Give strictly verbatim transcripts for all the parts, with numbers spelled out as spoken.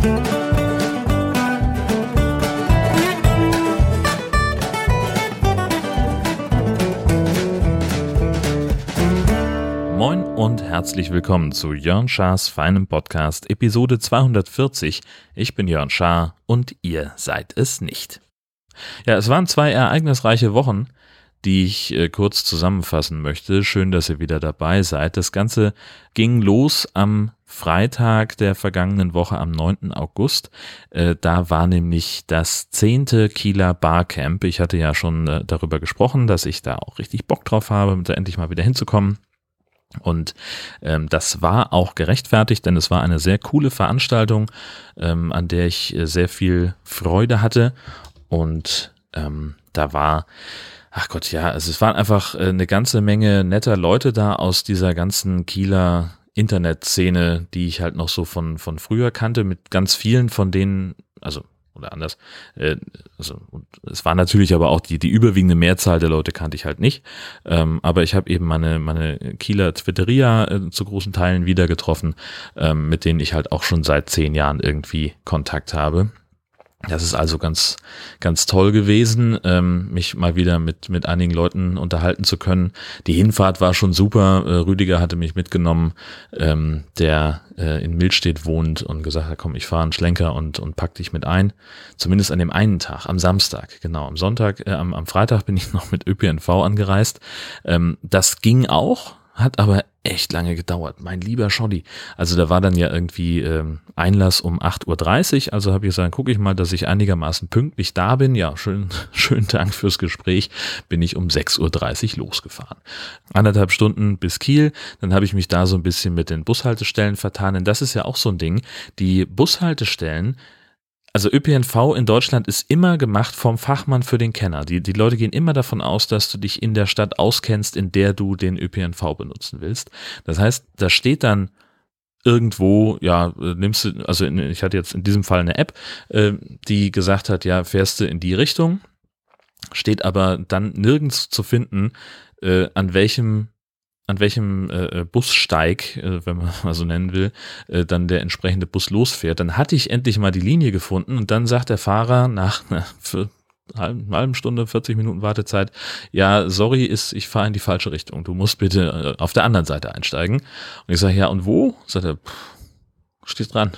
Moin und herzlich willkommen zu Jörn Schars feinem Podcast, Episode zweihundertvierzig. Ich bin Jörn Schaar und ihr seid es nicht. Ja, es waren zwei ereignisreiche Wochen, die ich äh, kurz zusammenfassen möchte. Schön, dass ihr wieder dabei seid. Das Ganze ging los am Freitag der vergangenen Woche, am neunten August. Äh, da war nämlich das zehnte Kieler Barcamp. Ich hatte ja schon äh, darüber gesprochen, dass ich da auch richtig Bock drauf habe, da endlich mal wieder hinzukommen. Und ähm, das war auch gerechtfertigt, denn es war eine sehr coole Veranstaltung, ähm, an der ich äh, sehr viel Freude hatte. Und ähm, da war, ach Gott, ja, also es waren einfach äh, eine ganze Menge netter Leute da aus dieser ganzen Kieler Internetszene, die ich halt noch so von von früher kannte, mit ganz vielen von denen, also oder anders, äh, also und es war natürlich aber auch die die überwiegende Mehrzahl der Leute kannte ich halt nicht, ähm, aber ich habe eben meine meine Kieler Twitteria äh, zu großen Teilen wieder getroffen, ähm, mit denen ich halt auch schon seit zehn Jahren irgendwie Kontakt habe. Das ist also ganz, ganz toll gewesen, ähm, mich mal wieder mit, mit einigen Leuten unterhalten zu können. Die Hinfahrt war schon super. Äh, Rüdiger hatte mich mitgenommen, ähm, der äh, in Milstedt wohnt und gesagt hat, komm, ich fahre einen Schlenker und, und pack dich mit ein. Zumindest an dem einen Tag, am Samstag, genau. Am Sonntag, äh, am, am Freitag bin ich noch mit Ö P N V angereist. Ähm, das ging auch. Hat aber echt lange gedauert, mein lieber Scholli. Also da war dann ja irgendwie ähm, Einlass um acht Uhr dreißig, also habe ich gesagt, gucke ich mal, dass ich einigermaßen pünktlich da bin. Ja, schön, schönen Dank fürs Gespräch, bin ich um sechs Uhr dreißig losgefahren. Anderthalb Stunden bis Kiel, dann habe ich mich da so ein bisschen mit den Bushaltestellen vertan, denn das ist ja auch so ein Ding, die Bushaltestellen. Also Ö P N V in Deutschland ist immer gemacht vom Fachmann für den Kenner. Die, die Leute gehen immer davon aus, dass du dich in der Stadt auskennst, in der du den Ö P N V benutzen willst. Das heißt, da steht dann irgendwo, ja, nimmst du, also in, ich hatte jetzt in diesem Fall eine App, äh, die gesagt hat, ja, fährst du in die Richtung, steht aber dann nirgends zu finden, äh, an welchem an welchem äh, Bussteig, äh, wenn man mal so nennen will, äh, dann der entsprechende Bus losfährt. Dann hatte ich endlich mal die Linie gefunden und dann sagt der Fahrer nach einer halben, halben Stunde, vierzig Minuten Wartezeit, ja, sorry, ist, ich fahre in die falsche Richtung. Du musst bitte äh, auf der anderen Seite einsteigen. Und ich sage, ja, und wo? Sagt er, pff, steht dran.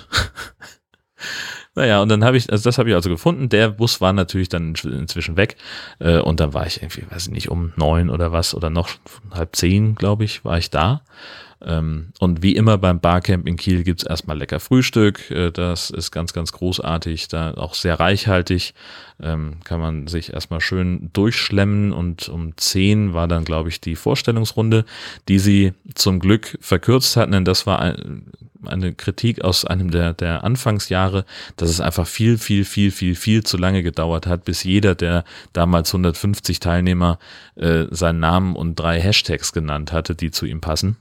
Naja, und dann habe ich, also das habe ich also gefunden. Der Bus war natürlich dann inzwischen weg äh, und dann war ich irgendwie, weiß ich nicht, um neun oder was oder noch halb zehn, glaube ich, war ich da. Ähm, und wie immer beim Barcamp in Kiel gibt's erstmal lecker Frühstück. Äh, das ist ganz, ganz großartig, da auch sehr reichhaltig. Ähm, kann man sich erstmal schön durchschlemmen und um zehn war dann, glaube ich, die Vorstellungsrunde, die sie zum Glück verkürzt hatten, denn das war ein, eine Kritik aus einem der, der Anfangsjahre, dass es einfach viel, viel, viel, viel, viel zu lange gedauert hat, bis jeder der damals hundertfünfzig Teilnehmer äh, seinen Namen und drei Hashtags genannt hatte, die zu ihm passen.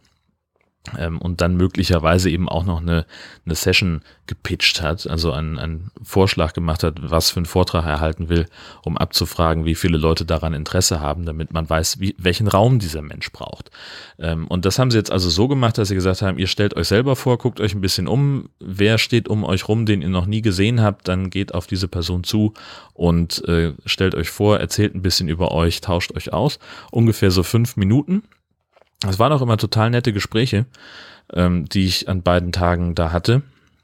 Ähm, und dann möglicherweise eben auch noch eine, eine Session gepitcht hat, also einen, einen Vorschlag gemacht hat, was für einen Vortrag er halten will, um abzufragen, wie viele Leute daran Interesse haben, damit man weiß, wie, welchen Raum dieser Mensch braucht. Ähm, und das haben sie jetzt also so gemacht, dass sie gesagt haben, ihr stellt euch selber vor, guckt euch ein bisschen um, wer steht um euch rum, den ihr noch nie gesehen habt, dann geht auf diese Person zu und äh, stellt euch vor, erzählt ein bisschen über euch, tauscht euch aus, ungefähr so fünf Minuten. Es waren auch immer total nette Gespräche, ähm, die ich an beiden Tagen da hatte.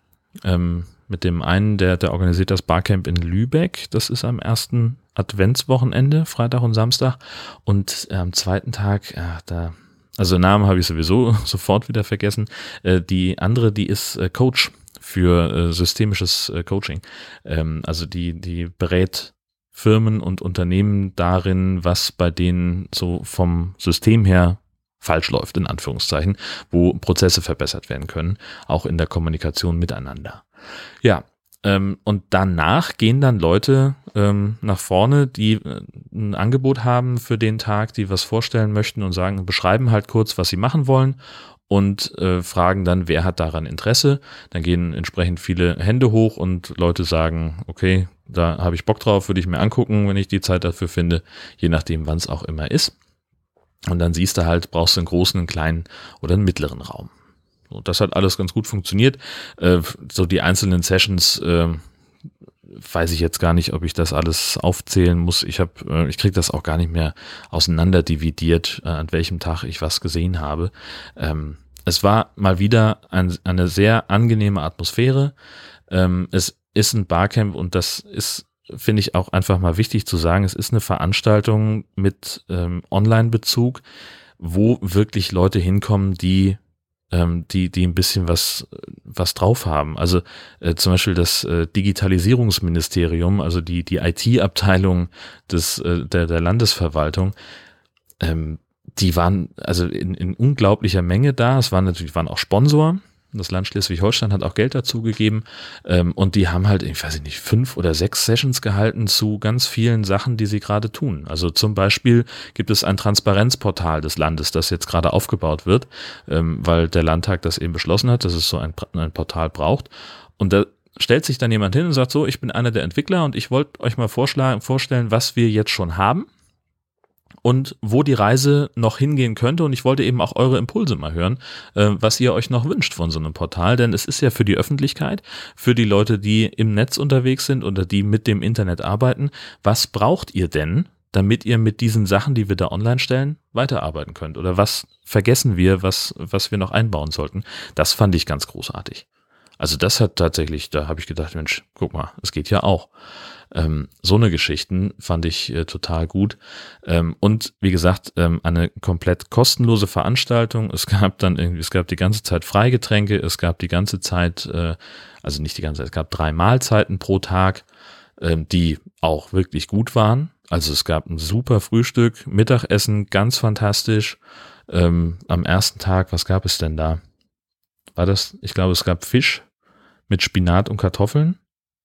Ähm, mit dem einen, der, der organisiert das Barcamp in Lübeck. Das ist am ersten Adventswochenende, Freitag und Samstag. Und äh, am zweiten Tag, ach, da, also Namen habe ich sowieso sofort wieder vergessen. Äh, die andere, die ist äh, Coach für äh, systemisches äh, Coaching. Ähm, also die, die berät Firmen und Unternehmen darin, was bei denen so vom System her falsch läuft, in Anführungszeichen, wo Prozesse verbessert werden können, auch in der Kommunikation miteinander. Ja, ähm, und danach gehen dann Leute ähm, nach vorne, die äh, ein Angebot haben für den Tag, die was vorstellen möchten und sagen, beschreiben halt kurz, was sie machen wollen und äh, fragen dann, wer hat daran Interesse. Dann gehen entsprechend viele Hände hoch und Leute sagen, okay, da habe ich Bock drauf, würde ich mir angucken, wenn ich die Zeit dafür finde, je nachdem, wann es auch immer ist. Und dann siehst du halt, brauchst du einen großen, einen kleinen oder einen mittleren Raum. Und das hat alles ganz gut funktioniert. Äh, so die einzelnen Sessions, äh, weiß ich jetzt gar nicht, ob ich das alles aufzählen muss. Ich habe, äh, ich kriege das auch gar nicht mehr auseinander dividiert, äh, an welchem Tag ich was gesehen habe. Ähm, es war mal wieder ein, eine sehr angenehme Atmosphäre. Ähm, es ist ein Barcamp und das ist, finde ich, auch einfach mal wichtig zu sagen, es ist eine Veranstaltung mit ähm, Online-Bezug, wo wirklich Leute hinkommen, die ähm, die die ein bisschen was was drauf haben. Also äh, zum Beispiel das äh, Digitalisierungsministerium, also die die I T-Abteilung des äh, der der Landesverwaltung, ähm, die waren also in, in unglaublicher Menge da. Es waren natürlich waren auch Sponsor. Das Land Schleswig-Holstein hat auch Geld dazu gegeben, ähm, und die haben halt, ich weiß nicht, fünf oder sechs Sessions gehalten zu ganz vielen Sachen, die sie gerade tun. Also zum Beispiel gibt es ein Transparenzportal des Landes, das jetzt gerade aufgebaut wird, ähm, weil der Landtag das eben beschlossen hat, dass es so ein, ein Portal braucht. Und da stellt sich dann jemand hin und sagt so, ich bin einer der Entwickler und ich wollte euch mal vorschlagen, vorstellen, was wir jetzt schon haben und wo die Reise noch hingehen könnte. Und ich wollte eben auch eure Impulse mal hören, äh, was ihr euch noch wünscht von so einem Portal. Denn es ist ja für die Öffentlichkeit, für die Leute, die im Netz unterwegs sind oder die mit dem Internet arbeiten. Was braucht ihr denn, damit ihr mit diesen Sachen, die wir da online stellen, weiterarbeiten könnt? Oder was vergessen wir, was, was wir noch einbauen sollten? Das fand ich ganz großartig. Also das hat tatsächlich, da habe ich gedacht, Mensch, guck mal, es geht ja auch. Ähm, so eine Geschichten fand ich äh, total gut. Ähm, und wie gesagt, ähm, eine komplett kostenlose Veranstaltung. Es gab dann irgendwie, es gab die ganze Zeit Freigetränke, es gab die ganze Zeit, äh, also nicht die ganze Zeit, es gab drei Mahlzeiten pro Tag, ähm, die auch wirklich gut waren. Also es gab ein super Frühstück, Mittagessen, ganz fantastisch. Ähm, am ersten Tag, was gab es denn da? War das, ich glaube, es gab Fisch mit Spinat und Kartoffeln.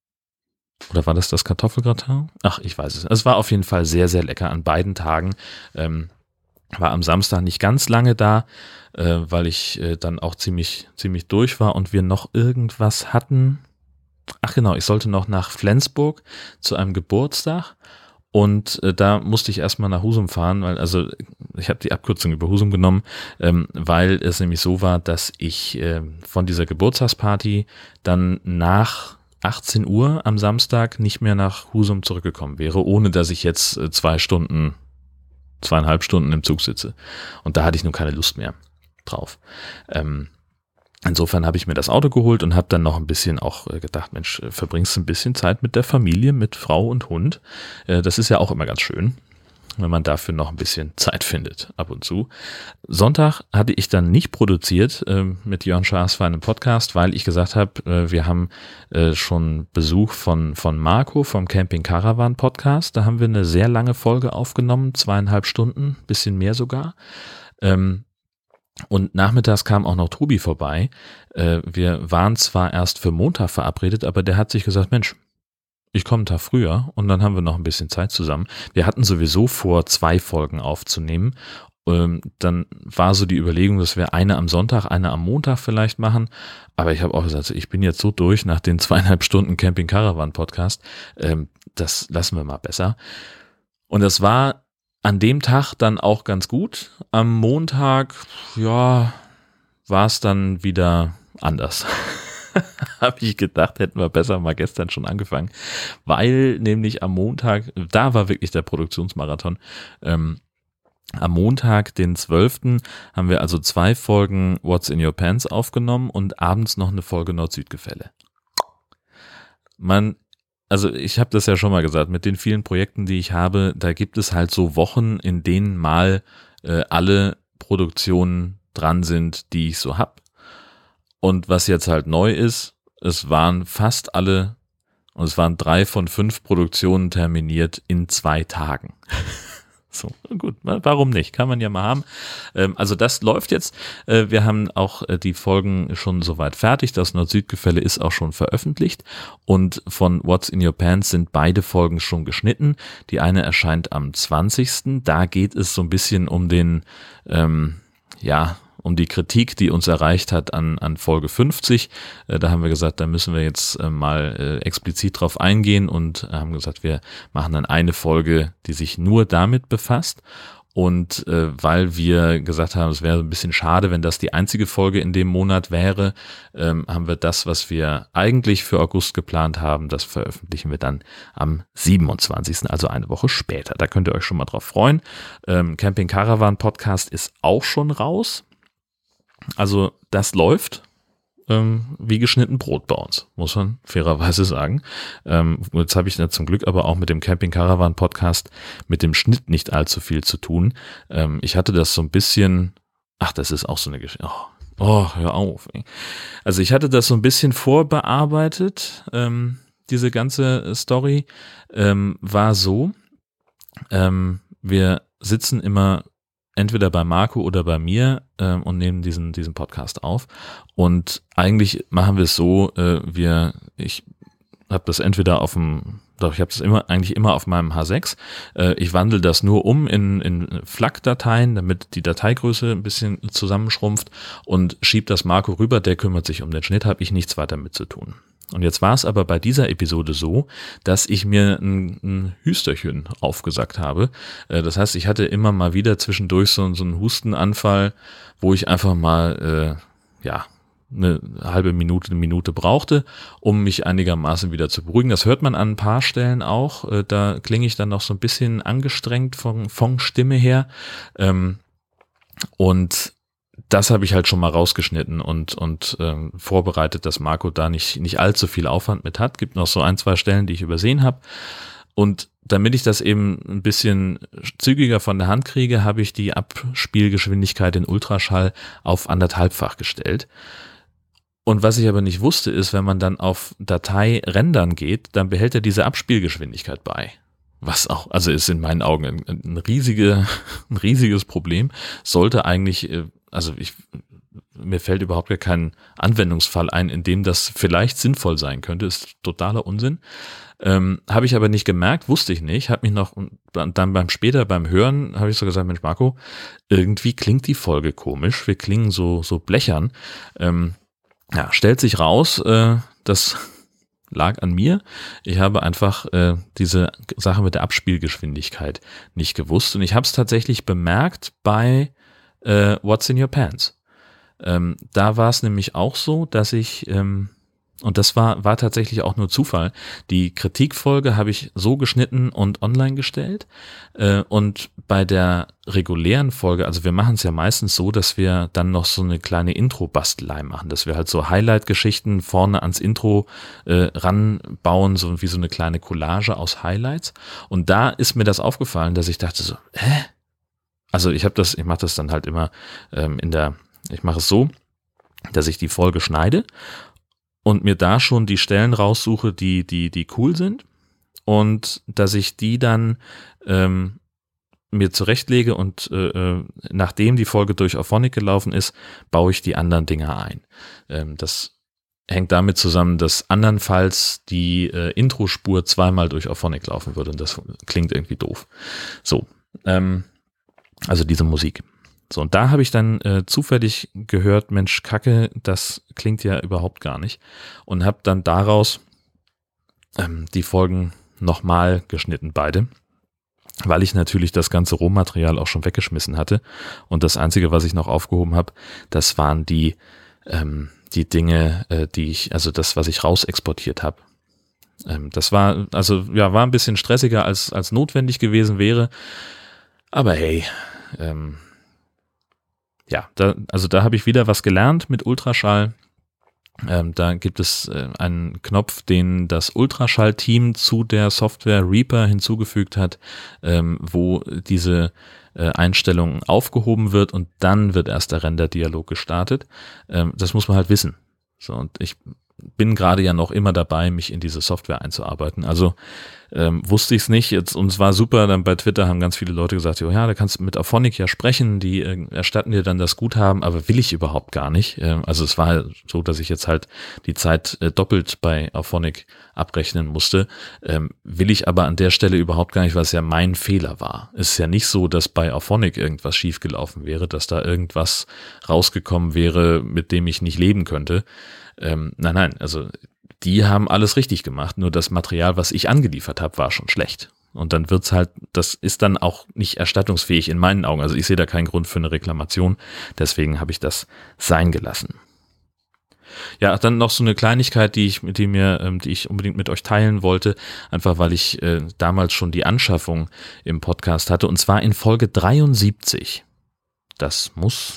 Oder war das das Kartoffelgratin? Ach, ich weiß es. Es war auf jeden Fall sehr, sehr lecker an beiden Tagen. Ähm, war am Samstag nicht ganz lange da, äh, weil ich äh, dann auch ziemlich, ziemlich durch war und wir noch irgendwas hatten. Ach genau, ich sollte noch nach Flensburg zu einem Geburtstag. Und äh, da musste ich erstmal nach Husum fahren, weil, also ich habe die Abkürzung über Husum genommen, ähm, weil es nämlich so war, dass ich äh, von dieser Geburtstagsparty dann nach achtzehn Uhr am Samstag nicht mehr nach Husum zurückgekommen wäre, ohne dass ich jetzt äh, zwei Stunden, zweieinhalb Stunden im Zug sitze. Und da hatte ich nun keine Lust mehr drauf. Ähm, Insofern habe ich mir das Auto geholt und habe dann noch ein bisschen auch gedacht, Mensch, verbringst du ein bisschen Zeit mit der Familie, mit Frau und Hund. Das ist ja auch immer ganz schön, wenn man dafür noch ein bisschen Zeit findet, ab und zu. Sonntag hatte ich dann nicht produziert äh, mit Jörn Schaas für einen Podcast, weil ich gesagt habe, äh, wir haben äh, schon Besuch von, von Marco vom Camping Caravan Podcast. Da haben wir eine sehr lange Folge aufgenommen, zweieinhalb Stunden, bisschen mehr sogar. Ähm, Und nachmittags kam auch noch Tobi vorbei. Äh, wir waren zwar erst für Montag verabredet, aber der hat sich gesagt, Mensch, ich komme einen Tag früher und dann haben wir noch ein bisschen Zeit zusammen. Wir hatten sowieso vor, zwei Folgen aufzunehmen. Ähm, dann war so die Überlegung, dass wir eine am Sonntag, eine am Montag vielleicht machen. Aber ich habe auch gesagt, ich bin jetzt so durch nach den zweieinhalb Stunden Camping Caravan Podcast. Ähm, das lassen wir mal besser. Und das war an dem Tag dann auch ganz gut. Am Montag, ja, war es dann wieder anders. Habe ich gedacht, hätten wir besser mal gestern schon angefangen. Weil nämlich am Montag, da war wirklich der Produktionsmarathon. Ähm, am Montag, den zwölften haben wir also zwei Folgen What's in Your Pants aufgenommen und abends noch eine Folge Nord-Süd-Gefälle. Man Also ich habe das ja schon mal gesagt, mit den vielen Projekten, die ich habe, da gibt es halt so Wochen, in denen mal äh, alle Produktionen dran sind, die ich so hab. Und was jetzt halt neu ist, es waren fast alle, und es waren drei von fünf Produktionen terminiert in zwei Tagen. So, gut, warum nicht? Kann man ja mal haben. Also das läuft jetzt. Wir haben auch die Folgen schon soweit fertig. Das Nord-Süd-Gefälle ist auch schon veröffentlicht. Und von What's in Your Pants sind beide Folgen schon geschnitten. Die eine erscheint am zwanzigsten Da geht es so ein bisschen um den, ähm, ja, um die Kritik, die uns erreicht hat an, an Folge fünfzig. Äh, da haben wir gesagt, da müssen wir jetzt äh, mal äh, explizit drauf eingehen und äh, haben gesagt, wir machen dann eine Folge, die sich nur damit befasst. Und äh, weil wir gesagt haben, es wäre ein bisschen schade, wenn das die einzige Folge in dem Monat wäre, ähm, haben wir das, was wir eigentlich für August geplant haben, das veröffentlichen wir dann am siebenundzwanzigsten, also eine Woche später. Da könnt ihr euch schon mal drauf freuen. Ähm, Camping Caravan Podcast ist auch schon raus. Also das läuft. Ähm, wie geschnitten Brot bei uns, muss man fairerweise sagen. Ähm, jetzt habe ich ja zum Glück aber auch mit dem Camping Caravan Podcast mit dem Schnitt nicht allzu viel zu tun. Ähm, ich hatte das so ein bisschen, ach, das ist auch so eine Geschichte. Oh, oh, hör auf. Ey. Also ich hatte das so ein bisschen vorbearbeitet. Ähm, diese ganze Story ähm, war so, ähm, wir sitzen immer entweder bei Marco oder bei mir äh, und nehmen diesen diesen Podcast auf. Und eigentlich machen wir es so, äh, wir, ich habe das entweder auf dem, doch ich habe das immer eigentlich immer auf meinem H sechs. Äh, ich wandle das nur um in in F L A C-Dateien, damit die Dateigröße ein bisschen zusammenschrumpft und schiebe das Marco rüber. Der kümmert sich um den Schnitt, habe ich nichts weiter mit zu tun. Und jetzt war es aber bei dieser Episode so, dass ich mir ein, ein Hüsterchen aufgesagt habe. Das heißt, ich hatte immer mal wieder zwischendurch so, so einen Hustenanfall, wo ich einfach mal äh, ja eine halbe Minute, eine Minute brauchte, um mich einigermaßen wieder zu beruhigen. Das hört man an ein paar Stellen auch. Da klinge ich dann noch so ein bisschen angestrengt von, von Stimme her. Und das habe ich halt schon mal rausgeschnitten und und ähm, vorbereitet, dass Marco da nicht nicht allzu viel Aufwand mit hat. Gibt noch so ein, zwei Stellen, die ich übersehen habe. Und damit ich das eben ein bisschen zügiger von der Hand kriege, habe ich die Abspielgeschwindigkeit in Ultraschall auf anderthalbfach gestellt. Und was ich aber nicht wusste, ist, wenn man dann auf Datei rendern geht, dann behält er diese Abspielgeschwindigkeit bei. Was auch, also ist in meinen Augen ein, ein, riesige, ein riesiges Problem. Sollte eigentlich, also ich, mir fällt überhaupt gar kein Anwendungsfall ein, in dem das vielleicht sinnvoll sein könnte. Ist totaler Unsinn. Ähm, habe ich aber nicht gemerkt, wusste ich nicht. Habe mich noch, dann beim später beim Hören, habe ich so gesagt, Mensch Marco, irgendwie klingt die Folge komisch. Wir klingen so so blechern. Ähm, ja, stellt sich raus, äh, das lag an mir. Ich habe einfach äh, diese Sache mit der Abspielgeschwindigkeit nicht gewusst. Und ich habe es tatsächlich bemerkt bei äh, What's in Your Pants. Ähm, da war es nämlich auch so, dass ich, ähm, und das war, war tatsächlich auch nur Zufall, die Kritikfolge habe ich so geschnitten und online gestellt. Äh, und bei der regulären Folge, also wir machen es ja meistens so, dass wir dann noch so eine kleine Intro-Bastelei machen, dass wir halt so Highlight-Geschichten vorne ans Intro äh, ranbauen, so wie so eine kleine Collage aus Highlights. Und da ist mir das aufgefallen, dass ich dachte so, hä? Also ich habe das, ich mache das dann halt immer ähm, in der, ich mache es so, dass ich die Folge schneide und mir da schon die Stellen raussuche, die die die cool sind und dass ich die dann ähm, mir zurechtlege und äh, nachdem die Folge durch Auphonic gelaufen ist, baue ich die anderen Dinger ein. Ähm, das hängt damit zusammen, dass andernfalls die äh, Introspur zweimal durch Auphonic laufen würde und das klingt irgendwie doof. So, ähm, also diese Musik. So, und da habe ich dann äh, zufällig gehört, Mensch, Kacke, das klingt ja überhaupt gar nicht. Und habe dann daraus ähm, die Folgen nochmal geschnitten, beide. Weil ich natürlich das ganze Rohmaterial auch schon weggeschmissen hatte. Und das Einzige, was ich noch aufgehoben habe, das waren die, ähm, die Dinge, äh, die ich, also das, was ich rausexportiert habe. Ähm, das war, also ja, war ein bisschen stressiger, als, als notwendig gewesen wäre. Aber hey, ähm, ja, da, also da habe ich wieder was gelernt mit Ultraschall. Ähm, da gibt es äh, einen Knopf, den das Ultraschall-Team zu der Software Reaper hinzugefügt hat, ähm, wo diese äh, Einstellung aufgehoben wird und dann wird erst der Render-Dialog gestartet. Ähm, das muss man halt wissen. So, und ich bin gerade ja noch immer dabei, mich in diese Software einzuarbeiten. Also ähm, wusste ich es nicht. Jetzt, und es war super, dann bei Twitter haben ganz viele Leute gesagt, oh ja, da kannst du mit Auphonic ja sprechen, die äh, erstatten dir dann das Guthaben, aber will ich überhaupt gar nicht. Ähm, also es war so, dass ich jetzt halt die Zeit äh, doppelt bei Auphonic abrechnen musste. Ähm, will ich aber an der Stelle überhaupt gar nicht, weil es ja mein Fehler war. Es ist ja nicht so, dass bei Auphonic irgendwas schiefgelaufen wäre, dass da irgendwas rausgekommen wäre, mit dem ich nicht leben könnte. Ähm, nein, nein, also die haben alles richtig gemacht, nur das Material, was ich angeliefert habe, war schon schlecht. Und dann wird's halt, das ist dann auch nicht erstattungsfähig in meinen Augen. Also ich sehe da keinen Grund für eine Reklamation. Deswegen habe ich das sein gelassen. Ja, dann noch so eine Kleinigkeit, die ich, die mir, ähm, die ich unbedingt mit euch teilen wollte, einfach weil ich äh, damals schon die Anschaffung im Podcast hatte, und zwar in Folge dreiundsiebzig. Das muss,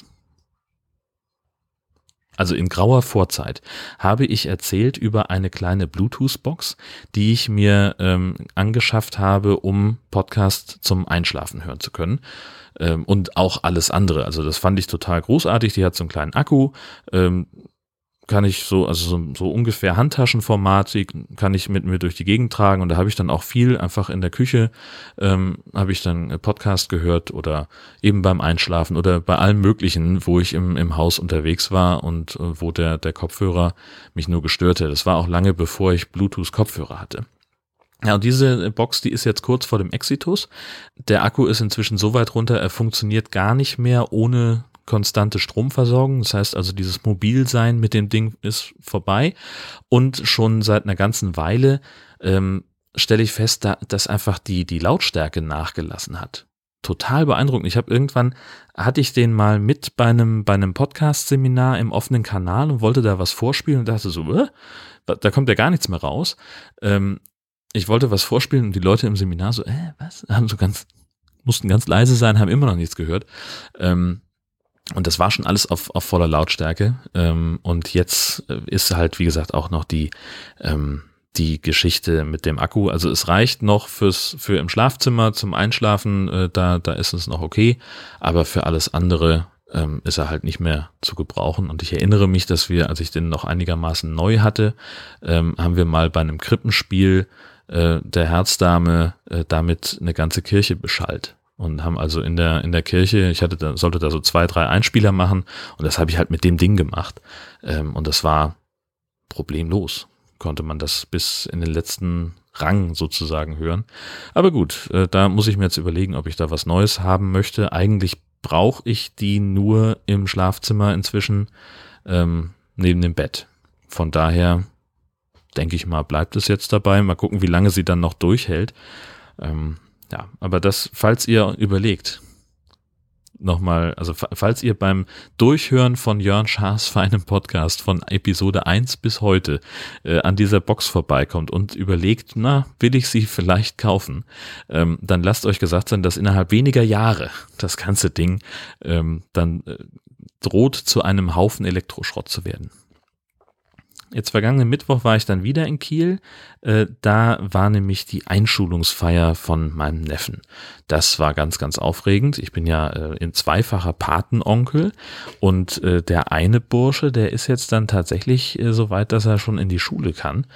also in grauer Vorzeit, habe ich erzählt über eine kleine Bluetooth-Box, die ich mir ähm, angeschafft habe, um Podcast zum Einschlafen hören zu können. Ähm, und auch alles andere. Also das fand ich total großartig. Die hat so einen kleinen Akku, ähm, kann ich so, also so, so ungefähr Handtaschenformat, die kann ich mit mir durch die Gegend tragen, und da habe ich dann auch viel einfach in der Küche, ähm, habe ich dann Podcast gehört oder eben beim Einschlafen oder bei allem Möglichen, wo ich im, im Haus unterwegs war und äh, wo der, der Kopfhörer mich nur gestörte. Das war auch lange bevor ich Bluetooth-Kopfhörer hatte. Ja, und diese Box, die ist jetzt kurz vor dem Exitus. Der Akku ist inzwischen so weit runter, er funktioniert gar nicht mehr ohne konstante Stromversorgung. Das heißt also, dieses Mobilsein mit dem Ding ist vorbei, und schon seit einer ganzen Weile ähm, stelle ich fest, da, dass einfach die, die Lautstärke nachgelassen hat. Total beeindruckend. Ich habe irgendwann, hatte ich den mal mit bei einem, bei einem Podcast-Seminar im offenen Kanal und wollte da was vorspielen und dachte so, äh, da kommt ja gar nichts mehr raus. Ähm, ich wollte was vorspielen und die Leute im Seminar so, äh, was? Haben so ganz, mussten ganz leise sein, haben immer noch nichts gehört. Ähm, Und das war schon alles auf, auf voller Lautstärke. Ähm, und jetzt ist halt, wie gesagt, auch noch die, ähm, die Geschichte mit dem Akku. Also es reicht noch fürs, für im Schlafzimmer zum Einschlafen, äh, da, da ist es noch okay. Aber für alles andere ähm, ist er halt nicht mehr zu gebrauchen. Und ich erinnere mich, dass wir, als ich den noch einigermaßen neu hatte, ähm, haben wir mal bei einem Krippenspiel äh, der Herzdame äh, damit eine ganze Kirche beschallt. Und haben also in der in der Kirche, ich hatte da, sollte da so zwei, drei Einspieler machen, und das habe ich halt mit dem Ding gemacht. Ähm, und das war problemlos. Konnte man das bis in den letzten Rang sozusagen hören. Aber gut, äh, da muss ich mir jetzt überlegen, ob ich da was Neues haben möchte. Eigentlich brauche ich die nur im Schlafzimmer inzwischen, ähm, neben dem Bett. Von daher denke ich mal, bleibt es jetzt dabei. Mal gucken, wie lange sie dann noch durchhält. Ähm, Ja, aber das, falls ihr überlegt, nochmal, also falls ihr beim Durchhören von Jörn Schaas feinem Podcast von Episode eins bis heute äh, an dieser Box vorbeikommt und überlegt, na, will ich sie vielleicht kaufen, ähm, dann lasst euch gesagt sein, dass innerhalb weniger Jahre das ganze Ding ähm, dann äh, droht, zu einem Haufen Elektroschrott zu werden. Jetzt vergangenen Mittwoch war ich dann wieder in Kiel. Äh, da war nämlich die Einschulungsfeier von meinem Neffen. Das war ganz, ganz aufregend. Ich bin ja äh, in zweifacher Patenonkel, und äh, der eine Bursche, der ist jetzt dann tatsächlich äh, so weit, dass er schon in die Schule kann.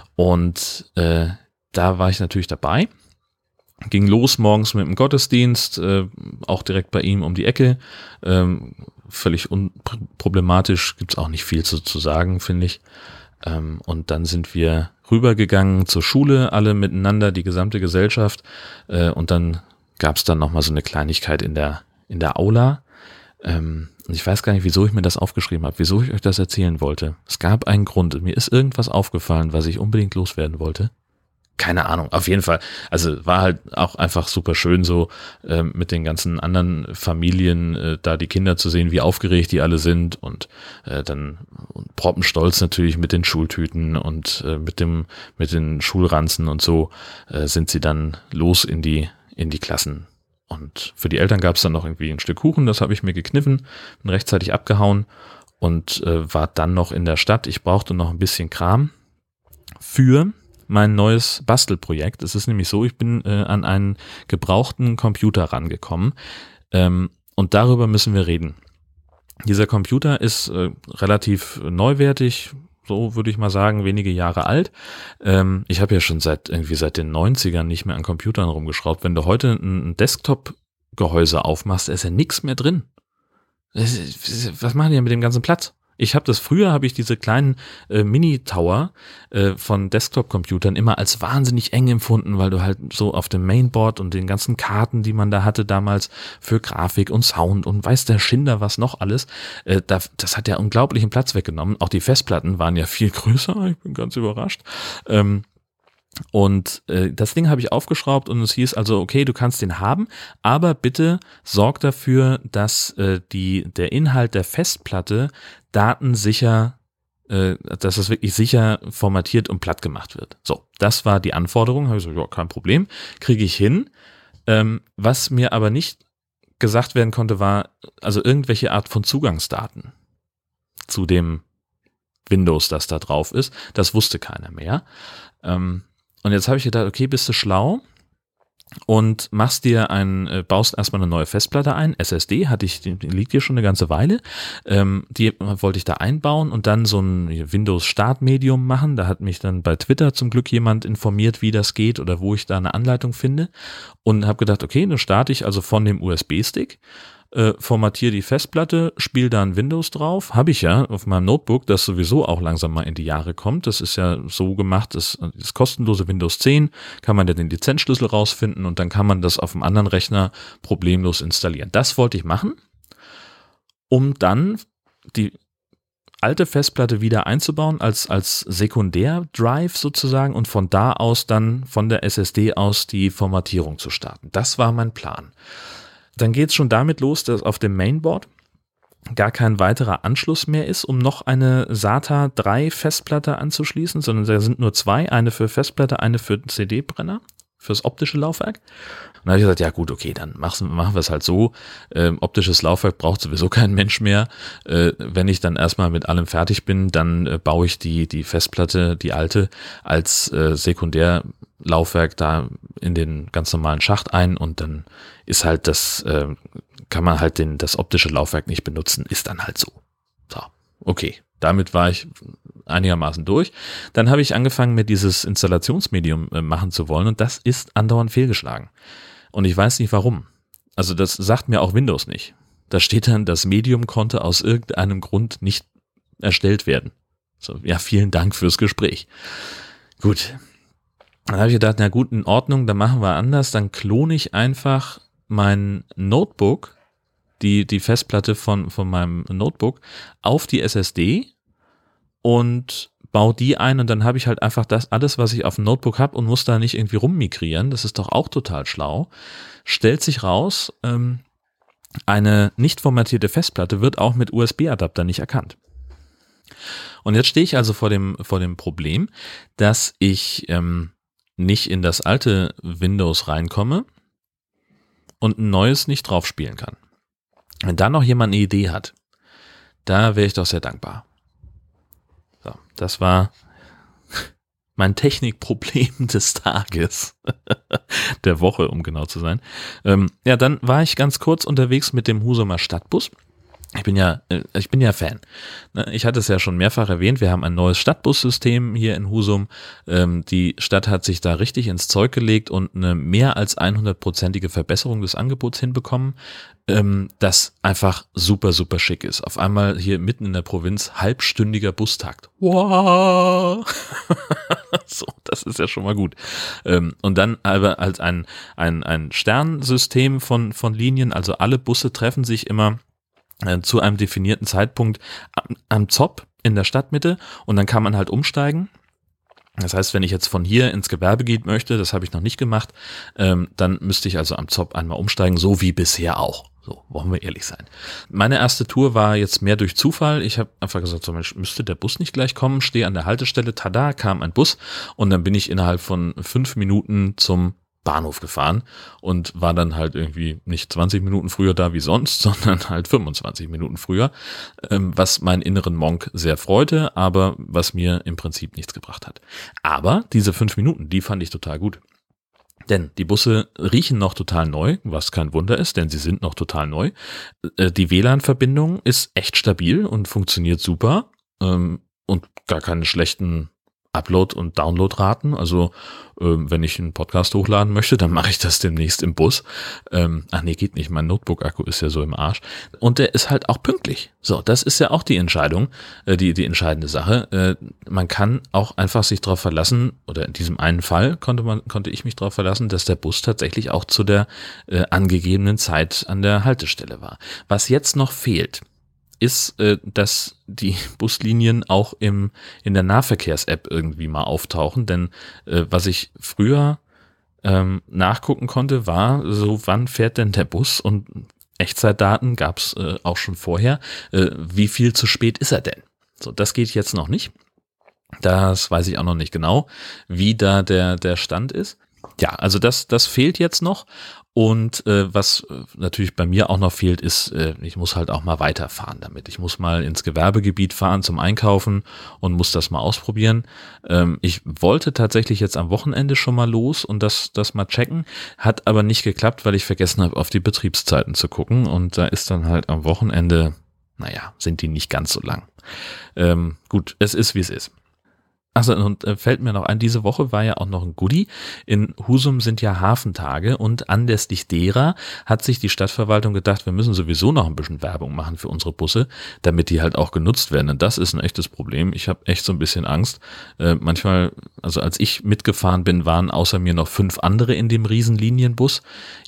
Und äh, da war ich natürlich dabei. Ging los morgens mit dem Gottesdienst, äh, auch direkt bei ihm um die Ecke. Ähm, völlig unproblematisch, gibt's auch nicht viel zu, zu sagen, finde ich. Ähm, und dann sind wir rübergegangen zur Schule, alle miteinander, die gesamte Gesellschaft. Äh, und dann gab's dann nochmal so eine Kleinigkeit in der, in der Aula. Ähm, und ich weiß gar nicht, wieso ich mir das aufgeschrieben habe, wieso ich euch das erzählen wollte. Es gab einen Grund. Mir ist irgendwas aufgefallen, was ich unbedingt loswerden wollte. Keine Ahnung, auf jeden Fall. Also war halt auch einfach super schön, so äh, mit den ganzen anderen Familien äh, da die Kinder zu sehen, wie aufgeregt die alle sind, und äh, dann und proppenstolz natürlich mit den Schultüten und äh, mit dem mit den Schulranzen und so äh, sind sie dann los in die in die Klassen. Und für die Eltern gab es dann noch irgendwie ein Stück Kuchen, das habe ich mir gekniffen, bin rechtzeitig abgehauen und äh, war dann noch in der Stadt. Ich brauchte noch ein bisschen Kram für mein neues Bastelprojekt. Es ist nämlich so, ich bin äh, an einen gebrauchten Computer rangekommen, ähm, und darüber müssen wir reden. Dieser Computer ist äh, relativ neuwertig, so würde ich mal sagen, wenige Jahre alt. Ähm, ich habe ja schon seit irgendwie seit den neunzigern nicht mehr an Computern rumgeschraubt. Wenn du heute ein Desktop-Gehäuse aufmachst, da ist ja nichts mehr drin. Was machen die denn mit dem ganzen Platz? Ich habe das früher, habe ich diese kleinen äh, Mini-Tower äh, von Desktop-Computern immer als wahnsinnig eng empfunden, weil du halt so auf dem Mainboard und den ganzen Karten, die man da hatte damals für Grafik und Sound und weiß der Schinder was noch alles, äh, da, das hat ja unglaublichen Platz weggenommen. Auch die Festplatten waren ja viel größer, ich bin ganz überrascht. Ähm, Und äh, das Ding habe ich aufgeschraubt und es hieß also, okay, du kannst den haben, aber bitte sorg dafür, dass äh, die, der Inhalt der Festplatte datensicher, äh, dass es wirklich sicher formatiert und platt gemacht wird. So, das war die Anforderung. Habe ich so, ja, kein Problem, kriege ich hin. Ähm, was mir aber nicht gesagt werden konnte, war also irgendwelche Art von Zugangsdaten zu dem Windows, das da drauf ist. Das wusste keiner mehr. Ähm, Und jetzt habe ich gedacht, okay, bist du schlau und machst dir ein, äh, baust erstmal eine neue Festplatte ein, S S D, hatte ich, die liegt hier schon eine ganze Weile, ähm, die wollte ich da einbauen und dann so ein Windows-Startmedium machen. Da hat mich dann bei Twitter zum Glück jemand informiert, wie das geht oder wo ich da eine Anleitung finde und habe gedacht, okay, dann starte ich also von dem U S B-Stick, Äh, formatiere die Festplatte, spiele da ein Windows drauf, habe ich ja auf meinem Notebook, das sowieso auch langsam mal in die Jahre kommt. Das ist ja so gemacht, das, das kostenlose Windows zehn, kann man ja den Lizenzschlüssel rausfinden und dann kann man das auf einem anderen Rechner problemlos installieren. Das wollte ich machen, um dann die alte Festplatte wieder einzubauen als, als Sekundär-Drive sozusagen und von da aus dann von der S S D aus die Formatierung zu starten. Das war mein Plan. Dann geht es schon damit los, dass auf dem Mainboard gar kein weiterer Anschluss mehr ist, um noch eine SATA drei Festplatte anzuschließen, sondern da sind nur zwei, eine für Festplatte, eine für C D-Brenner, fürs optische Laufwerk. Und dann habe ich gesagt, ja gut, okay, dann machen, machen wir es halt so. Ähm, optisches Laufwerk braucht sowieso kein Mensch mehr. Äh, wenn ich dann erstmal mit allem fertig bin, dann äh, baue ich die, die Festplatte, die alte, als äh, Sekundärlaufwerk da in den ganz normalen Schacht ein und dann ist halt das, äh, kann man halt den, das optische Laufwerk nicht benutzen, ist dann halt so. So, okay, damit war ich einigermaßen durch. Dann habe ich angefangen, mir dieses Installationsmedium äh, machen zu wollen und das ist andauernd fehlgeschlagen. Und ich weiß nicht warum. Also das sagt mir auch Windows nicht. Da steht dann, das Medium konnte aus irgendeinem Grund nicht erstellt werden. So, ja, vielen Dank fürs Gespräch. Gut. Dann habe ich gedacht, na gut, in Ordnung, dann machen wir anders. Dann klone ich einfach mein Notebook, die, die Festplatte von, von meinem Notebook, auf die S S D und baue die ein und dann habe ich halt einfach das alles, was ich auf dem Notebook habe und muss da nicht irgendwie rummigrieren. Das ist doch auch total schlau. Stellt sich raus, ähm, eine nicht formatierte Festplatte wird auch mit U S B-Adapter nicht erkannt. Und jetzt stehe ich also vor dem, vor dem Problem, dass ich ähm, nicht in das alte Windows reinkomme und ein neues nicht drauf spielen kann. Wenn da noch jemand eine Idee hat, da wäre ich doch sehr dankbar. So, das war mein Technikproblem des Tages, der Woche, um genau zu sein. Ähm, ja, dann war ich ganz kurz unterwegs mit dem Husumer Stadtbus. Ich bin ja, ich bin ja Fan. Ich hatte es ja schon mehrfach erwähnt, wir haben ein neues Stadtbussystem hier in Husum. Die Stadt hat sich da richtig ins Zeug gelegt und eine mehr als hundertprozentige Verbesserung des Angebots hinbekommen, das einfach super, super schick ist. Auf einmal hier mitten in der Provinz halbstündiger Bustakt. Wow! So, das ist ja schon mal gut. Und dann aber als ein, ein, ein Sternsystem von, von Linien, also alle Busse treffen sich immer zu einem definierten Zeitpunkt am, am Zopp in der Stadtmitte und dann kann man halt umsteigen. Das heißt, wenn ich jetzt von hier ins Gewerbegebiet möchte, das habe ich noch nicht gemacht, ähm, dann müsste ich also am Zopp einmal umsteigen, so wie bisher auch. So, wollen wir ehrlich sein. Meine erste Tour war jetzt mehr durch Zufall. Ich habe einfach gesagt, so Mensch, müsste der Bus nicht gleich kommen? Stehe an der Haltestelle, tada, kam ein Bus und dann bin ich innerhalb von fünf Minuten zum Bahnhof gefahren und war dann halt irgendwie nicht zwanzig Minuten früher da wie sonst, sondern halt fünfundzwanzig Minuten früher, was meinen inneren Monk sehr freute, aber was mir im Prinzip nichts gebracht hat. Aber diese fünf Minuten, die fand ich total gut. Denn die Busse riechen noch total neu, was kein Wunder ist, denn sie sind noch total neu. Die W L A N-Verbindung ist echt stabil und funktioniert super und gar keine schlechten Upload- und Downloadraten. Also ähm, wenn ich einen Podcast hochladen möchte, dann mache ich das demnächst im Bus. Ähm, ach nee, geht nicht. Mein Notebook-Akku ist ja so im Arsch. Und der ist halt auch pünktlich. So, das ist ja auch die Entscheidung, äh, die die entscheidende Sache. Äh, man kann auch einfach sich darauf verlassen, oder in diesem einen Fall konnte man konnte ich mich darauf verlassen, dass der Bus tatsächlich auch zu der äh, angegebenen Zeit an der Haltestelle war. Was jetzt noch fehlt, ist, äh, dass die Buslinien auch im in der Nahverkehrs-App irgendwie mal auftauchen, denn äh, was ich früher ähm, nachgucken konnte, war so, wann fährt denn der Bus, und Echtzeitdaten gab es äh, auch schon vorher, äh, wie viel zu spät ist er denn? So, das geht jetzt noch nicht. Das weiß ich auch noch nicht genau, wie da der der Stand ist. Ja, also das das fehlt jetzt noch. Und äh, was natürlich bei mir auch noch fehlt, ist, äh, ich muss halt auch mal weiterfahren damit. Ich muss mal ins Gewerbegebiet fahren zum Einkaufen und muss das mal ausprobieren. Ähm, ich wollte tatsächlich jetzt am Wochenende schon mal los und das das mal checken, hat aber nicht geklappt, weil ich vergessen habe, auf die Betriebszeiten zu gucken. Und da ist dann halt am Wochenende, naja, sind die nicht ganz so lang. Ähm, gut, es ist, wie es ist. Achso, und äh, fällt mir noch ein, diese Woche war ja auch noch ein Goodie. In Husum sind ja Hafentage und anlässlich derer hat sich die Stadtverwaltung gedacht, wir müssen sowieso noch ein bisschen Werbung machen für unsere Busse, damit die halt auch genutzt werden. Und das ist ein echtes Problem. Ich habe echt so ein bisschen Angst. Äh, manchmal, also als ich mitgefahren bin, waren außer mir noch fünf andere in dem Riesenlinienbus.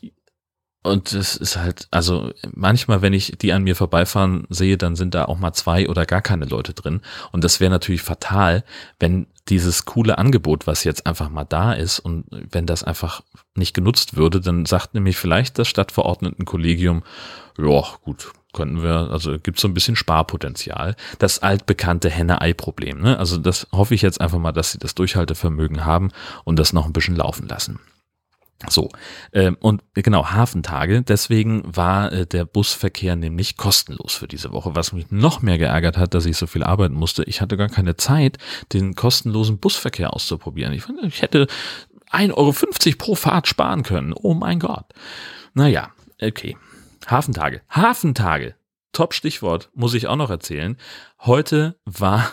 Und es ist halt, also manchmal, wenn ich die an mir vorbeifahren sehe, dann sind da auch mal zwei oder gar keine Leute drin. Und das wäre natürlich fatal, wenn dieses coole Angebot, was jetzt einfach mal da ist, und wenn das einfach nicht genutzt würde, dann sagt nämlich vielleicht das Stadtverordnetenkollegium, ja gut, könnten wir, also gibt es so ein bisschen Sparpotenzial. Das altbekannte Henne-Ei-Problem, ne? Also das hoffe ich jetzt einfach mal, dass sie das Durchhaltevermögen haben und das noch ein bisschen laufen lassen. So, ähm, und genau, Hafentage, deswegen war äh, der Busverkehr nämlich kostenlos für diese Woche, was mich noch mehr geärgert hat, dass ich so viel arbeiten musste. Ich hatte gar keine Zeit, den kostenlosen Busverkehr auszuprobieren. Ich fand, ich hätte ein Euro fünfzig pro Fahrt sparen können. Oh mein Gott. Naja, okay. Hafentage. Hafentage. Top-Stichwort, muss ich auch noch erzählen. Heute war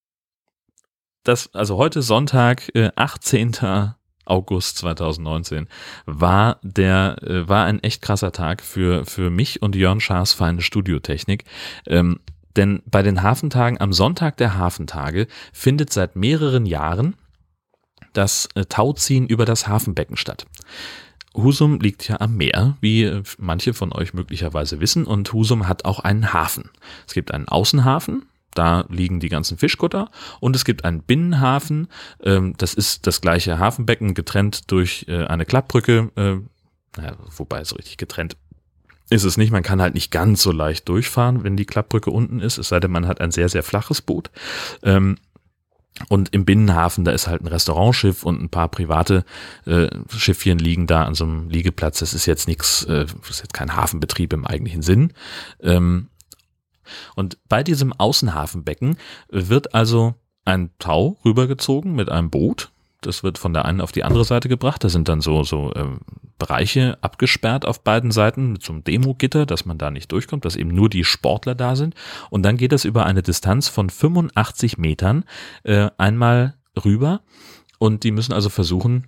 das, also heute Sonntag, äh, achtzehnten August zweitausendneunzehn, war der äh, war ein echt krasser Tag für für mich und Jörn Schaas feine Studiotechnik. Ähm, denn bei den Hafentagen, am Sonntag der Hafentage, findet seit mehreren Jahren das äh, Tauziehen über das Hafenbecken statt. Husum liegt ja am Meer, wie manche von euch möglicherweise wissen, und Husum hat auch einen Hafen. Es gibt einen Außenhafen. Da liegen die ganzen Fischkutter, und es gibt einen Binnenhafen, ähm, das ist das gleiche Hafenbecken, getrennt durch äh, eine Klappbrücke, äh, naja, wobei so richtig getrennt ist es nicht, man kann halt nicht ganz so leicht durchfahren, wenn die Klappbrücke unten ist, es sei denn, man hat ein sehr, sehr flaches Boot. Ähm, und im Binnenhafen, da ist halt ein Restaurantschiff und ein paar private äh, Schiffchen liegen da an so einem Liegeplatz. Das ist jetzt nichts, äh, das ist jetzt kein Hafenbetrieb im eigentlichen Sinn. Ähm, Und bei diesem Außenhafenbecken wird also ein Tau rübergezogen mit einem Boot. Das wird von der einen auf die andere Seite gebracht. Da sind dann so, so äh, Bereiche abgesperrt auf beiden Seiten mit so einem Demogitter, dass man da nicht durchkommt, dass eben nur die Sportler da sind. Und dann geht das über eine Distanz von fünfundachtzig Metern äh, einmal rüber. Und die müssen also versuchen,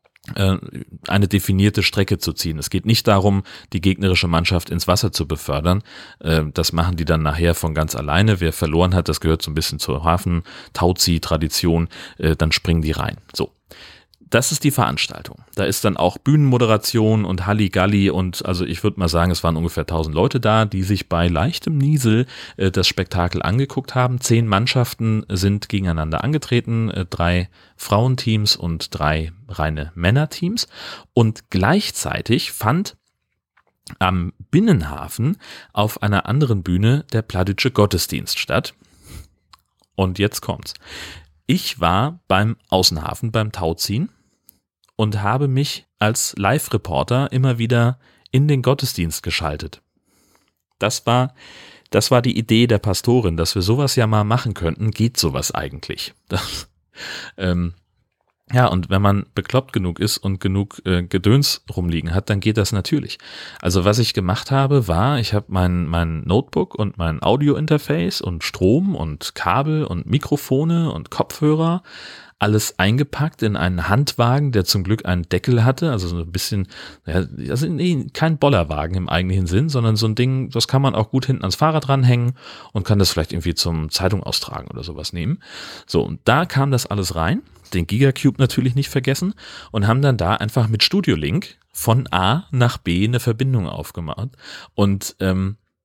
eine definierte Strecke zu ziehen. Es geht nicht darum, die gegnerische Mannschaft ins Wasser zu befördern. Das machen die dann nachher von ganz alleine. Wer verloren hat, das gehört so ein bisschen zur Hafen-Tauzieh-Tradition, dann springen die rein. So. Das ist die Veranstaltung. Da ist dann auch Bühnenmoderation und Halligalli, und also ich würde mal sagen, es waren ungefähr tausend Leute da, die sich bei leichtem Niesel äh, das Spektakel angeguckt haben. Zehn Mannschaften sind gegeneinander angetreten, äh, drei Frauenteams und drei reine Männerteams, und gleichzeitig fand am Binnenhafen auf einer anderen Bühne der Plattdütsche Gottesdienst statt. Und jetzt kommt's. Ich war beim Außenhafen, beim Tauziehen, und habe mich als Live-Reporter immer wieder in den Gottesdienst geschaltet. Das war, das war die Idee der Pastorin, dass wir sowas ja mal machen könnten. Geht sowas eigentlich? Das, ähm, ja, und wenn man bekloppt genug ist und genug äh, Gedöns rumliegen hat, dann geht das natürlich. Also was ich gemacht habe, war, ich habe mein, mein Notebook und mein Audio-Interface und Strom und Kabel und Mikrofone und Kopfhörer alles eingepackt in einen Handwagen, der zum Glück einen Deckel hatte, also so ein bisschen, ja, also nee, kein Bollerwagen im eigentlichen Sinn, sondern so ein Ding, das kann man auch gut hinten ans Fahrrad ranhängen und kann das vielleicht irgendwie zum Zeitung austragen oder sowas nehmen. So, und da kam das alles rein, den Gigacube natürlich nicht vergessen, und haben dann da einfach mit Studio Link von A nach B eine Verbindung aufgemacht. Und ähm,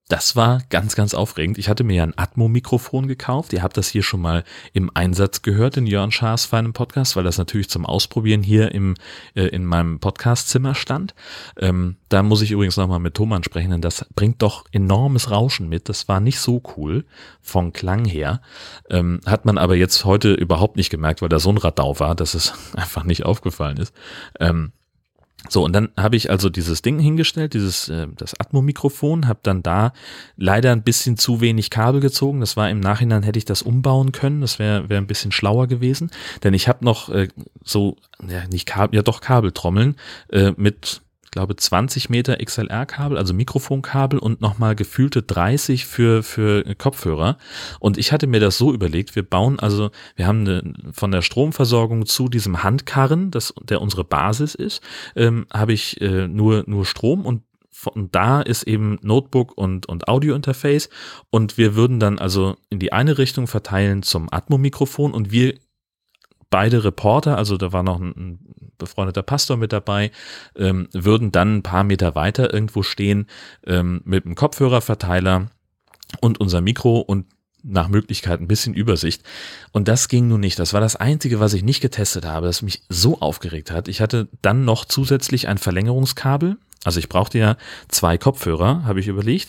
Das war ganz, ganz aufregend. Ich hatte mir ja ein Atmo-Mikrofon gekauft. Ihr habt das hier schon mal im Einsatz gehört in Jörn Schaas feinem Podcast, weil das natürlich zum Ausprobieren hier im äh, in meinem Podcastzimmer stand. Ähm, da muss ich übrigens nochmal mit Thomann sprechen, denn das bringt doch enormes Rauschen mit. Das war nicht so cool vom Klang her. Ähm, hat man aber jetzt heute überhaupt nicht gemerkt, weil da so ein Radau war, dass es einfach nicht aufgefallen ist. Ähm, So, und dann habe ich also dieses Ding hingestellt, dieses äh, das Atmo-Mikrofon, habe dann da leider ein bisschen zu wenig Kabel gezogen. Das war im Nachhinein, hätte ich das umbauen können, das wäre wäre ein bisschen schlauer gewesen, denn ich habe noch äh, so, ja nicht Kabel, ja doch Kabeltrommeln äh, mit, ich glaube zwanzig Meter X L R-Kabel, also Mikrofonkabel und nochmal gefühlte dreißig für für Kopfhörer. Und ich hatte mir das so überlegt, wir bauen also, wir haben eine, von der Stromversorgung zu diesem Handkarren, das der unsere Basis ist, ähm, habe ich äh, nur nur Strom und von da ist eben Notebook und und Audiointerface und wir würden dann also in die eine Richtung verteilen zum Atmo-Mikrofon und wir beide Reporter, also da war noch ein, ein befreundeter Pastor mit dabei, ähm, würden dann ein paar Meter weiter irgendwo stehen ähm, mit einem Kopfhörerverteiler und unser Mikro und nach Möglichkeit ein bisschen Übersicht. Und das ging nun nicht. Das war das Einzige, was ich nicht getestet habe, das mich so aufgeregt hat. Ich hatte dann noch zusätzlich ein Verlängerungskabel. Also ich brauchte ja zwei Kopfhörer, habe ich überlegt.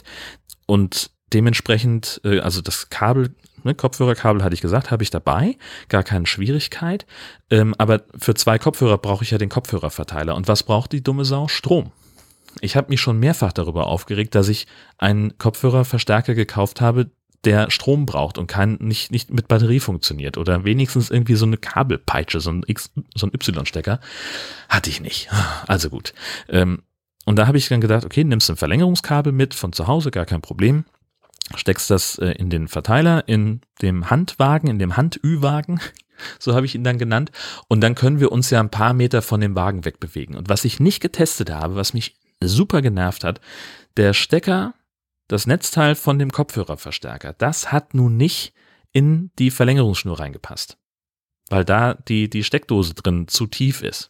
Und dementsprechend, äh, also das Kabel, ne, Kopfhörerkabel hatte ich gesagt, habe ich dabei, gar keine Schwierigkeit. Ähm, aber für zwei Kopfhörer brauche ich ja den Kopfhörerverteiler. Und was braucht die dumme Sau? Strom. Ich habe mich schon mehrfach darüber aufgeregt, dass ich einen Kopfhörerverstärker gekauft habe, der Strom braucht und kein, nicht, nicht mit Batterie funktioniert oder wenigstens irgendwie so eine Kabelpeitsche, so ein X, so ein Y-Stecker. Hatte ich nicht. Also gut. Ähm, und da habe ich dann gedacht, okay, nimmst ein Verlängerungskabel mit von zu Hause, gar kein Problem. Steckst das äh, in den Verteiler, in dem Handwagen, in dem Hand-Ü-Wagen, so habe ich ihn dann genannt. Und dann können wir uns ja ein paar Meter von dem Wagen wegbewegen. Und was ich nicht getestet habe, was mich super genervt hat, der Stecker, das Netzteil von dem Kopfhörerverstärker, das hat nun nicht in die Verlängerungsschnur reingepasst, weil da die, die Steckdose drin zu tief ist.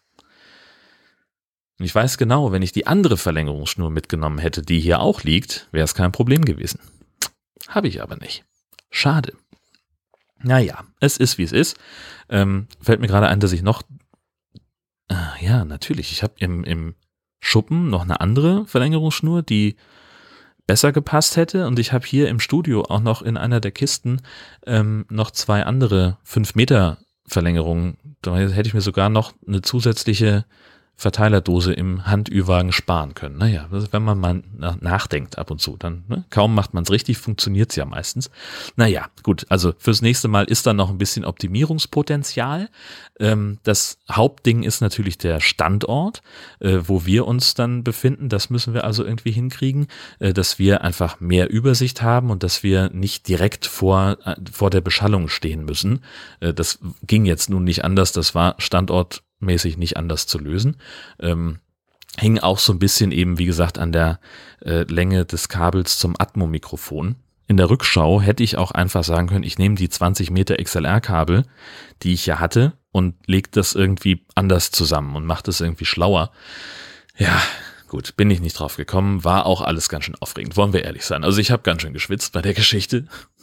Und ich weiß genau, wenn ich die andere Verlängerungsschnur mitgenommen hätte, die hier auch liegt, wäre es kein Problem gewesen. Habe ich aber nicht. Schade. Naja, es ist, wie es ist. Ähm, fällt mir gerade ein, dass ich noch, äh, ja, natürlich, ich habe im, im Schuppen noch eine andere Verlängerungsschnur, die besser gepasst hätte und ich habe hier im Studio auch noch in einer der Kisten ähm, noch zwei andere fünf Meter Verlängerungen. Da hätte ich mir sogar noch eine zusätzliche Verteilerdose im Hand-Ü-Wagen sparen können. Naja, wenn man mal nachdenkt ab und zu, dann ne, kaum macht man es richtig, funktioniert es ja meistens. Naja, gut, also fürs nächste Mal ist da noch ein bisschen Optimierungspotenzial. Ähm, das Hauptding ist natürlich der Standort, äh, wo wir uns dann befinden. Das müssen wir also irgendwie hinkriegen, äh, dass wir einfach mehr Übersicht haben und dass wir nicht direkt vor, äh, vor der Beschallung stehen müssen. Äh, das ging jetzt nun nicht anders, das war Standort mäßig nicht anders zu lösen. Ähm, hing auch so ein bisschen eben, wie gesagt, an der äh, Länge des Kabels zum Atmo-Mikrofon. In der Rückschau hätte ich auch einfach sagen können, ich nehme die zwanzig Meter X L R-Kabel, die ich ja hatte, und lege das irgendwie anders zusammen und mache das irgendwie schlauer. Ja, gut, bin ich nicht drauf gekommen, war auch alles ganz schön aufregend, wollen wir ehrlich sein. Also ich habe ganz schön geschwitzt bei der Geschichte,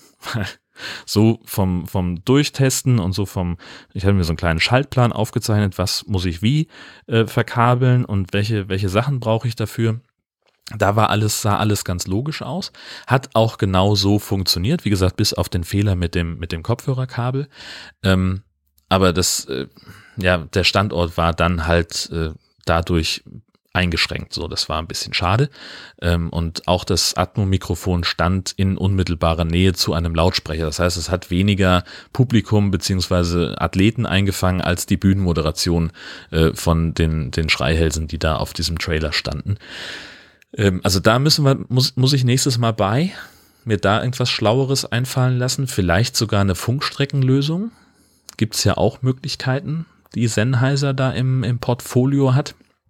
so vom vom Durchtesten und so vom, ich habe mir so einen kleinen Schaltplan aufgezeichnet, was muss ich wie äh, verkabeln und welche welche Sachen brauche ich dafür. Da war alles, sah alles ganz logisch aus, hat auch genau so funktioniert, wie gesagt, bis auf den Fehler mit dem mit dem Kopfhörerkabel. Ähm, aber das, äh, ja, der Standort war dann halt äh, dadurch eingeschränkt, so, das war ein bisschen schade. Ähm, und auch das Atmo-Mikrofon stand in unmittelbarer Nähe zu einem Lautsprecher. Das heißt, es hat weniger Publikum beziehungsweise Athleten eingefangen als die Bühnenmoderation äh, von den, den Schreihälsen, die da auf diesem Trailer standen. Ähm, also da müssen wir, muss, muss ich nächstes Mal bei, mir da irgendwas Schlaueres einfallen lassen, vielleicht sogar eine Funkstreckenlösung. Gibt's ja auch Möglichkeiten, die Sennheiser da im, im Portfolio hat.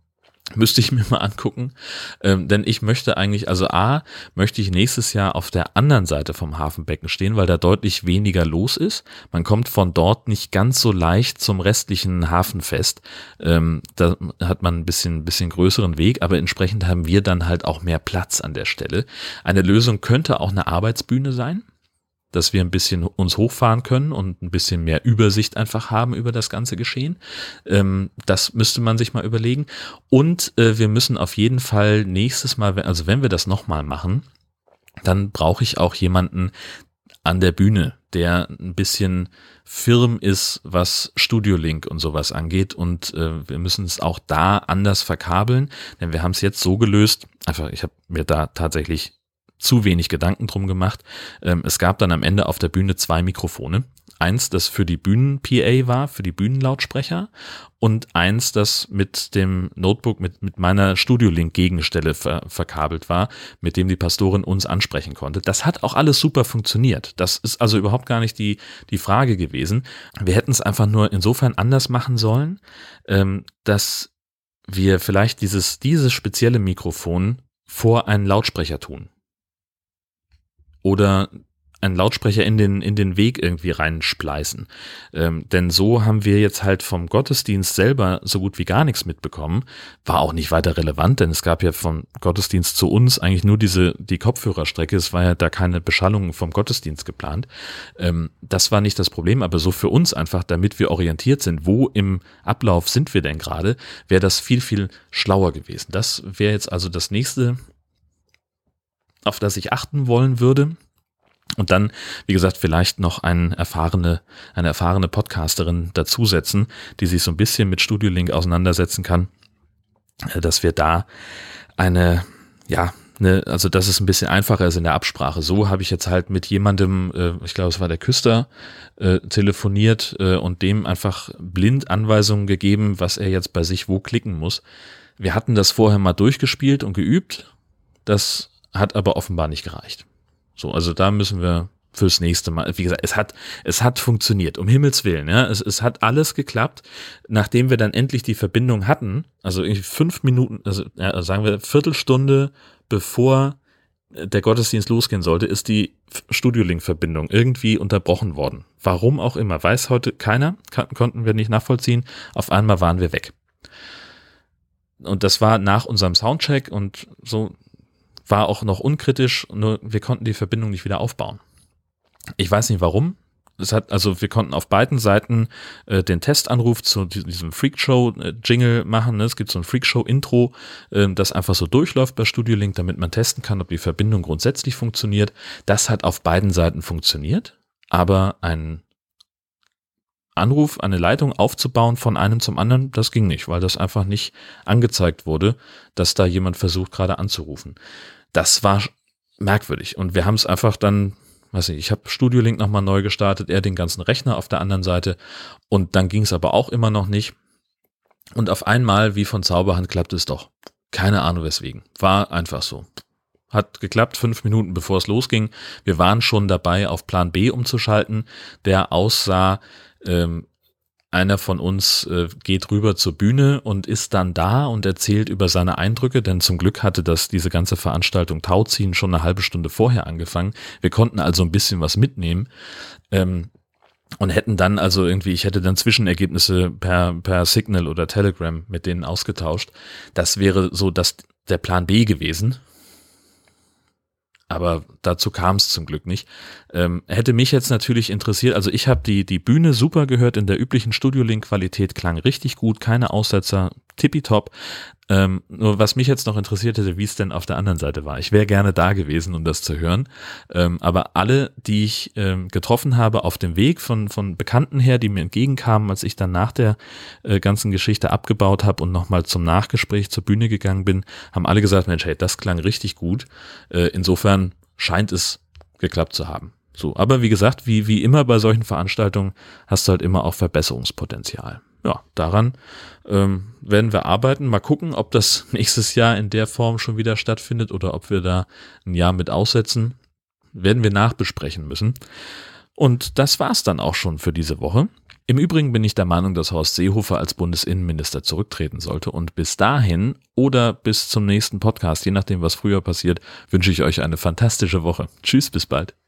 Müsste ich mir mal angucken, ähm, denn ich möchte eigentlich, also A, möchte ich nächstes Jahr auf der anderen Seite vom Hafenbecken stehen, weil da deutlich weniger los ist. Man kommt von dort nicht ganz so leicht zum restlichen Hafenfest. Ähm, da hat man ein bisschen, bisschen größeren Weg, aber entsprechend haben wir dann halt auch mehr Platz an der Stelle. Eine Lösung könnte auch eine Arbeitsbühne sein, dass wir ein bisschen uns hochfahren können und ein bisschen mehr Übersicht einfach haben über das ganze Geschehen. Ähm, das müsste man sich mal überlegen. Und äh, wir müssen auf jeden Fall nächstes Mal, also wenn wir das nochmal machen, dann brauche ich auch jemanden an der Bühne, der ein bisschen firm ist, was Studio Link und sowas angeht. Und äh, wir müssen es auch da anders verkabeln, denn wir haben es jetzt so gelöst, einfach, ich habe mir da tatsächlich zu wenig Gedanken drum gemacht. Ähm, es gab dann am Ende auf der Bühne zwei Mikrofone. Eins, das für die Bühnen-P A war, für die Bühnenlautsprecher, und eins, das mit dem Notebook, mit, mit meiner Studio-Link-Gegenstelle ver, verkabelt war, mit dem die Pastorin uns ansprechen konnte. Das hat auch alles super funktioniert. Das ist also überhaupt gar nicht die, die Frage gewesen. Wir hätten es einfach nur insofern anders machen sollen, ähm, dass wir vielleicht dieses, dieses spezielle Mikrofon vor einen Lautsprecher tun. Oder einen Lautsprecher in den, in den Weg irgendwie reinspleißen. Ähm, denn so haben wir jetzt halt vom Gottesdienst selber so gut wie gar nichts mitbekommen. War auch nicht weiter relevant, denn es gab ja vom Gottesdienst zu uns eigentlich nur diese, die Kopfhörerstrecke. Es war ja da keine Beschallung vom Gottesdienst geplant. Ähm, das war nicht das Problem, aber so für uns einfach, damit wir orientiert sind, wo im Ablauf sind wir denn gerade, wäre das viel, viel schlauer gewesen. Das wäre jetzt also das nächste, auf das ich achten wollen würde. Und dann, wie gesagt, vielleicht noch eine erfahrene, eine erfahrene Podcasterin dazusetzen, die sich so ein bisschen mit Studio Link auseinandersetzen kann, dass wir da eine, ja, eine, also dass es ein bisschen einfacher ist in der Absprache. So habe ich jetzt halt mit jemandem, äh, ich glaube, es war der Küster, äh, telefoniert äh, und dem einfach blind Anweisungen gegeben, was er jetzt bei sich wo klicken muss. Wir hatten das vorher mal durchgespielt und geübt. Das hat aber offenbar nicht gereicht. So, also da müssen wir fürs nächste Mal, wie gesagt, es hat, es hat funktioniert, um Himmels Willen, ja, es, es hat alles geklappt, nachdem wir dann endlich die Verbindung hatten, also fünf Minuten, also ja, sagen wir Viertelstunde bevor der Gottesdienst losgehen sollte, ist die Studio-Link-Verbindung irgendwie unterbrochen worden. Warum auch immer, weiß heute keiner, kann, konnten wir nicht nachvollziehen, auf einmal waren wir weg. Und das war nach unserem Soundcheck und so, war auch noch unkritisch, nur wir konnten die Verbindung nicht wieder aufbauen. Ich weiß nicht warum. Es hat, also wir konnten auf beiden Seiten äh, den Testanruf zu diesem Freakshow-Jingle machen. Ne? Es gibt so ein Freakshow-Intro, äh, das einfach so durchläuft bei Studio Link, damit man testen kann, ob die Verbindung grundsätzlich funktioniert. Das hat auf beiden Seiten funktioniert, aber ein Anruf, eine Leitung aufzubauen von einem zum anderen, das ging nicht, weil das einfach nicht angezeigt wurde, dass da jemand versucht, gerade anzurufen. Das war merkwürdig und wir haben es einfach dann, weiß ich, ich habe Studio Link nochmal neu gestartet, er den ganzen Rechner auf der anderen Seite und dann ging es aber auch immer noch nicht. Und auf einmal, wie von Zauberhand, klappte es doch. Keine Ahnung weswegen. War einfach so. Hat geklappt, fünf Minuten bevor es losging. Wir waren schon dabei, auf Plan B umzuschalten, der aussah, ähm, einer von uns äh, geht rüber zur Bühne und ist dann da und erzählt über seine Eindrücke, denn zum Glück hatte das diese ganze Veranstaltung Tauziehen schon eine halbe Stunde vorher angefangen. Wir konnten also ein bisschen was mitnehmen ähm, und hätten dann also irgendwie, ich hätte dann Zwischenergebnisse per, per Signal oder Telegram mit denen ausgetauscht. Das wäre so das, der Plan B gewesen. Aber dazu kam es zum Glück nicht. Ähm, hätte mich jetzt natürlich interessiert, also ich habe die, die Bühne super gehört, in der üblichen Studio-Link-Qualität, klang richtig gut, keine Aussetzer, tippitopp. Ähm, nur was mich jetzt noch interessiert hätte, wie es denn auf der anderen Seite war. Ich wäre gerne da gewesen, um das zu hören. Ähm, aber alle, die ich ähm, getroffen habe auf dem Weg von, von Bekannten her, die mir entgegenkamen, als ich dann nach der äh, ganzen Geschichte abgebaut habe und nochmal zum Nachgespräch zur Bühne gegangen bin, haben alle gesagt, Mensch, hey, das klang richtig gut. Äh, insofern scheint es geklappt zu haben. So, aber wie gesagt, wie, wie immer bei solchen Veranstaltungen hast du halt immer auch Verbesserungspotenzial. Ja, daran ähm, werden wir arbeiten. Mal gucken, ob das nächstes Jahr in der Form schon wieder stattfindet oder ob wir da ein Jahr mit aussetzen. Werden wir nachbesprechen müssen. Und das war's dann auch schon für diese Woche. Im Übrigen bin ich der Meinung, dass Horst Seehofer als Bundesinnenminister zurücktreten sollte und bis dahin oder bis zum nächsten Podcast, je nachdem was früher passiert, wünsche ich euch eine fantastische Woche. Tschüss, bis bald.